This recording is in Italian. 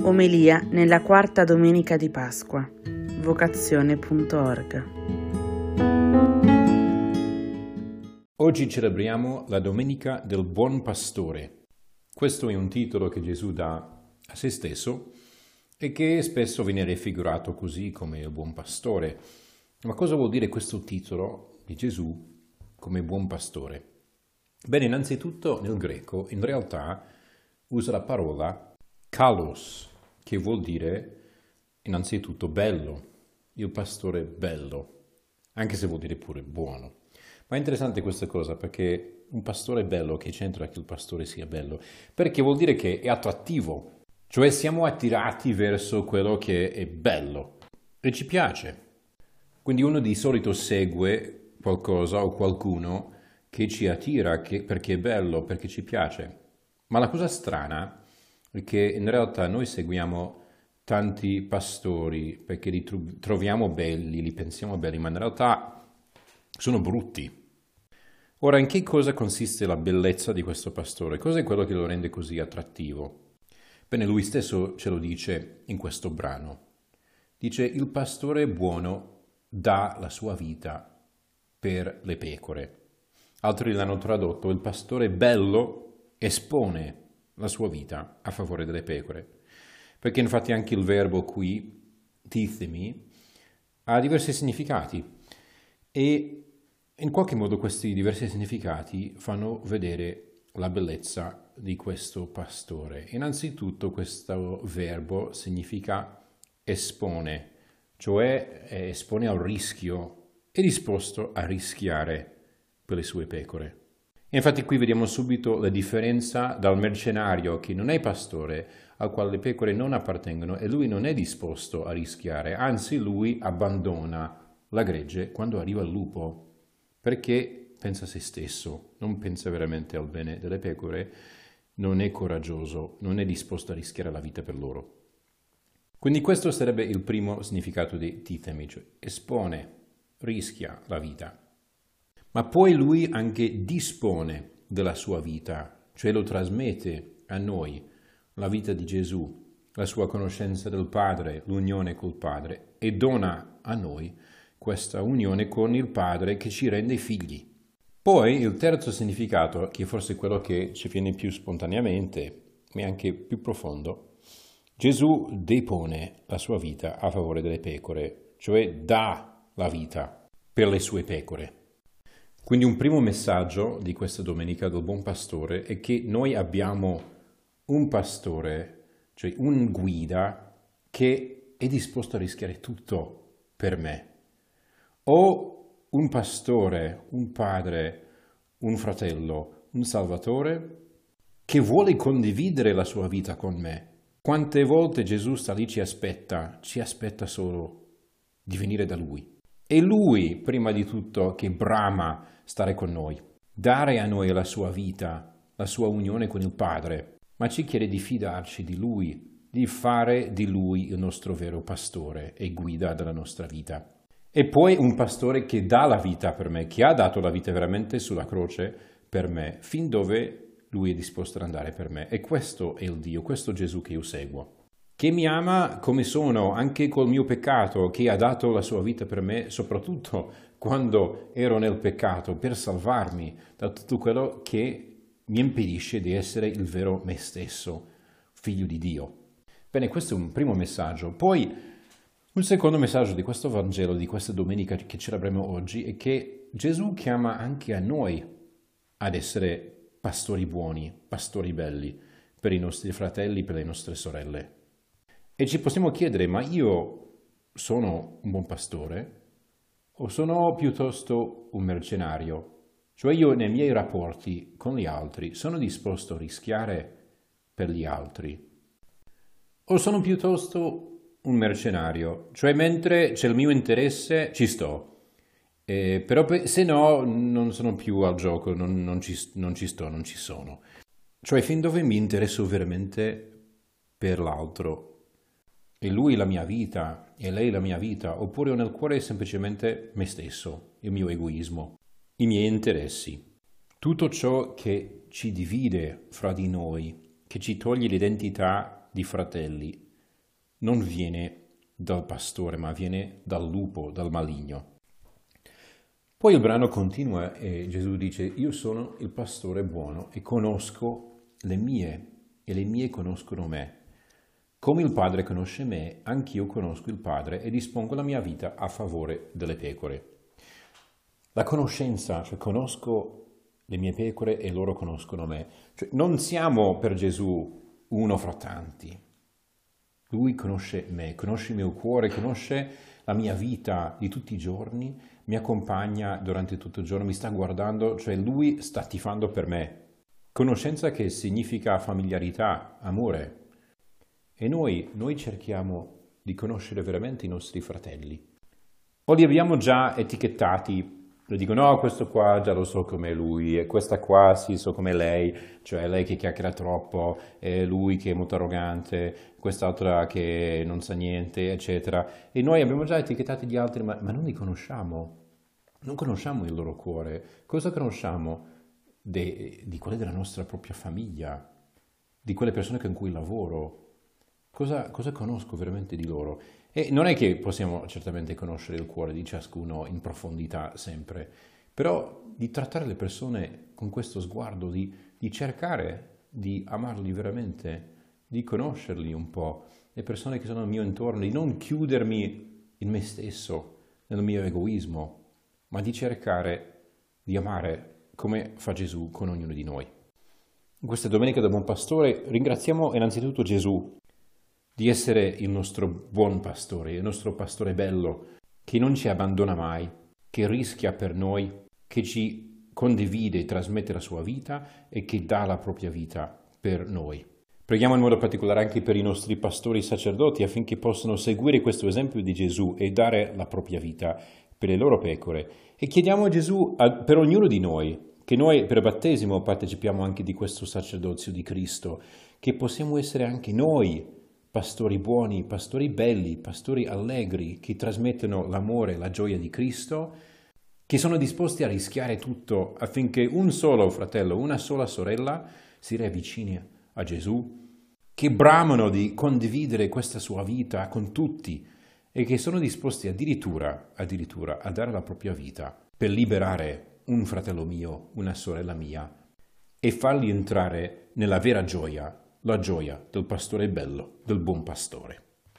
Omelia nella quarta domenica di Pasqua. Vocazione.org. Oggi celebriamo la Domenica del Buon Pastore. Questo è un titolo che Gesù dà a se stesso e che spesso viene raffigurato così come il Buon Pastore. Ma cosa vuol dire questo titolo di Gesù come Buon Pastore? Bene, innanzitutto nel greco in realtà usa la parola kalos, che vuol dire innanzitutto bello, il pastore bello, anche se vuol dire pure buono. Ma è interessante questa cosa perché un pastore bello, che c'entra che il pastore sia bello? Perché vuol dire che è attrattivo, cioè siamo attirati verso quello che è bello e ci piace. Quindi uno di solito segue qualcosa o qualcuno che ci attira perché è bello, perché ci piace. Ma la cosa strana è che in realtà noi seguiamo tanti pastori perché li troviamo belli, li pensiamo belli, ma in realtà sono brutti. Ora, in che cosa consiste la bellezza di questo pastore? Cos'è quello che lo rende così attrattivo? Bene, lui stesso ce lo dice in questo brano. Dice, il pastore buono dà la sua vita per le pecore. Altri l'hanno tradotto, il pastore bello espone la sua vita a favore delle pecore. Perché infatti anche il verbo qui, tithemi, ha diversi significati. E in qualche modo questi diversi significati fanno vedere la bellezza di questo pastore. Innanzitutto questo verbo significa espone, cioè espone al rischio, è disposto a rischiare per le sue pecore. E infatti qui vediamo subito la differenza dal mercenario che non è pastore, al quale le pecore non appartengono e lui non è disposto a rischiare, anzi lui abbandona la gregge quando arriva il lupo, perché pensa a se stesso, non pensa veramente al bene delle pecore, non è coraggioso, non è disposto a rischiare la vita per loro. Quindi questo sarebbe il primo significato di tithemi, cioè espone, rischia la vita. Ma poi lui anche dispone della sua vita, cioè lo trasmette a noi, la vita di Gesù, la sua conoscenza del Padre, l'unione col Padre, e dona a noi questa unione con il Padre che ci rende figli. Poi il terzo significato, che forse è quello che ci viene più spontaneamente, ma anche più profondo, Gesù depone la sua vita a favore delle pecore, cioè dà la vita per le sue pecore. Quindi un primo messaggio di questa Domenica del Buon Pastore è che noi abbiamo un pastore, cioè un guida, che è disposto a rischiare tutto per me. O un pastore, un padre, un fratello, un salvatore, che vuole condividere la sua vita con me. Quante volte Gesù sta lì, ci aspetta solo di venire da Lui. È Lui, prima di tutto, che brama stare con noi, dare a noi la sua vita, la sua unione con il Padre, ma ci chiede di fidarci di Lui, di fare di Lui il nostro vero pastore e guida della nostra vita. E poi un pastore che dà la vita per me, che ha dato la vita veramente sulla croce per me, fin dove Lui è disposto ad andare per me. E questo è il Dio, questo Gesù che io seguo, che mi ama come sono, anche col mio peccato, che ha dato la sua vita per me, soprattutto quando ero nel peccato, per salvarmi da tutto quello che mi impedisce di essere il vero me stesso, figlio di Dio. Bene, questo è un primo messaggio. Poi un secondo messaggio di questo Vangelo, di questa domenica che celebriamo oggi, è che Gesù chiama anche a noi ad essere pastori buoni, pastori belli, per i nostri fratelli, per le nostre sorelle. E ci possiamo chiedere, ma io sono un buon pastore o sono piuttosto un mercenario? Cioè io nei miei rapporti con gli altri sono disposto a rischiare per gli altri? O sono piuttosto un mercenario? Cioè mentre c'è il mio interesse ci sto, però se no non sono più al gioco, non ci sto, non ci sono. Cioè fin dove mi interesso veramente per l'altro? E lui la mia vita, e lei la mia vita, oppure ho nel cuore semplicemente me stesso, il mio egoismo, i miei interessi. Tutto ciò che ci divide fra di noi, che ci toglie l'identità di fratelli, non viene dal pastore, ma viene dal lupo, dal maligno. Poi il brano continua e Gesù dice: io sono il pastore buono e conosco le mie e le mie conoscono me. Come il Padre conosce me, anch'io conosco il Padre e dispongo la mia vita a favore delle pecore. La conoscenza, cioè conosco le mie pecore e loro conoscono me. Cioè, non siamo per Gesù uno fra tanti. Lui conosce me, conosce il mio cuore, conosce la mia vita di tutti i giorni, mi accompagna durante tutto il giorno, mi sta guardando, cioè lui sta tifando per me. Conoscenza che significa familiarità, amore. E noi cerchiamo di conoscere veramente i nostri fratelli. O li abbiamo già etichettati, e dico no, questo qua già lo so com'è lui, e questa qua sì, so com'è lei, cioè lei che chiacchiera troppo, e lui che è molto arrogante, quest'altra che non sa niente, eccetera. E noi abbiamo già etichettati gli altri, ma non li conosciamo. Non conosciamo il loro cuore. Cosa conosciamo di quelle della nostra propria famiglia, di quelle persone con cui lavoro? Cosa conosco veramente di loro? E non è che possiamo certamente conoscere il cuore di ciascuno in profondità sempre, però di trattare le persone con questo sguardo, di cercare di amarli veramente, di conoscerli un po', le persone che sono al mio intorno, di non chiudermi in me stesso, nel mio egoismo, ma di cercare di amare come fa Gesù con ognuno di noi. In questa Domenica del Buon Pastore ringraziamo innanzitutto Gesù di essere il nostro buon pastore, il nostro pastore bello, che non ci abbandona mai, che rischia per noi, che ci condivide e trasmette la sua vita e che dà la propria vita per noi. Preghiamo in modo particolare anche per i nostri pastori sacerdoti affinché possano seguire questo esempio di Gesù e dare la propria vita per le loro pecore. E chiediamo a Gesù per ognuno di noi, che noi per battesimo partecipiamo anche di questo sacerdozio di Cristo, che possiamo essere anche noi pastori buoni, pastori belli, pastori allegri, che trasmettono l'amore e la gioia di Cristo, che sono disposti a rischiare tutto affinché un solo fratello, una sola sorella si riavvicini a Gesù, che bramano di condividere questa sua vita con tutti e che sono disposti addirittura a dare la propria vita per liberare un fratello mio, una sorella mia e farli entrare nella vera gioia, la gioia del pastore bello, del buon pastore.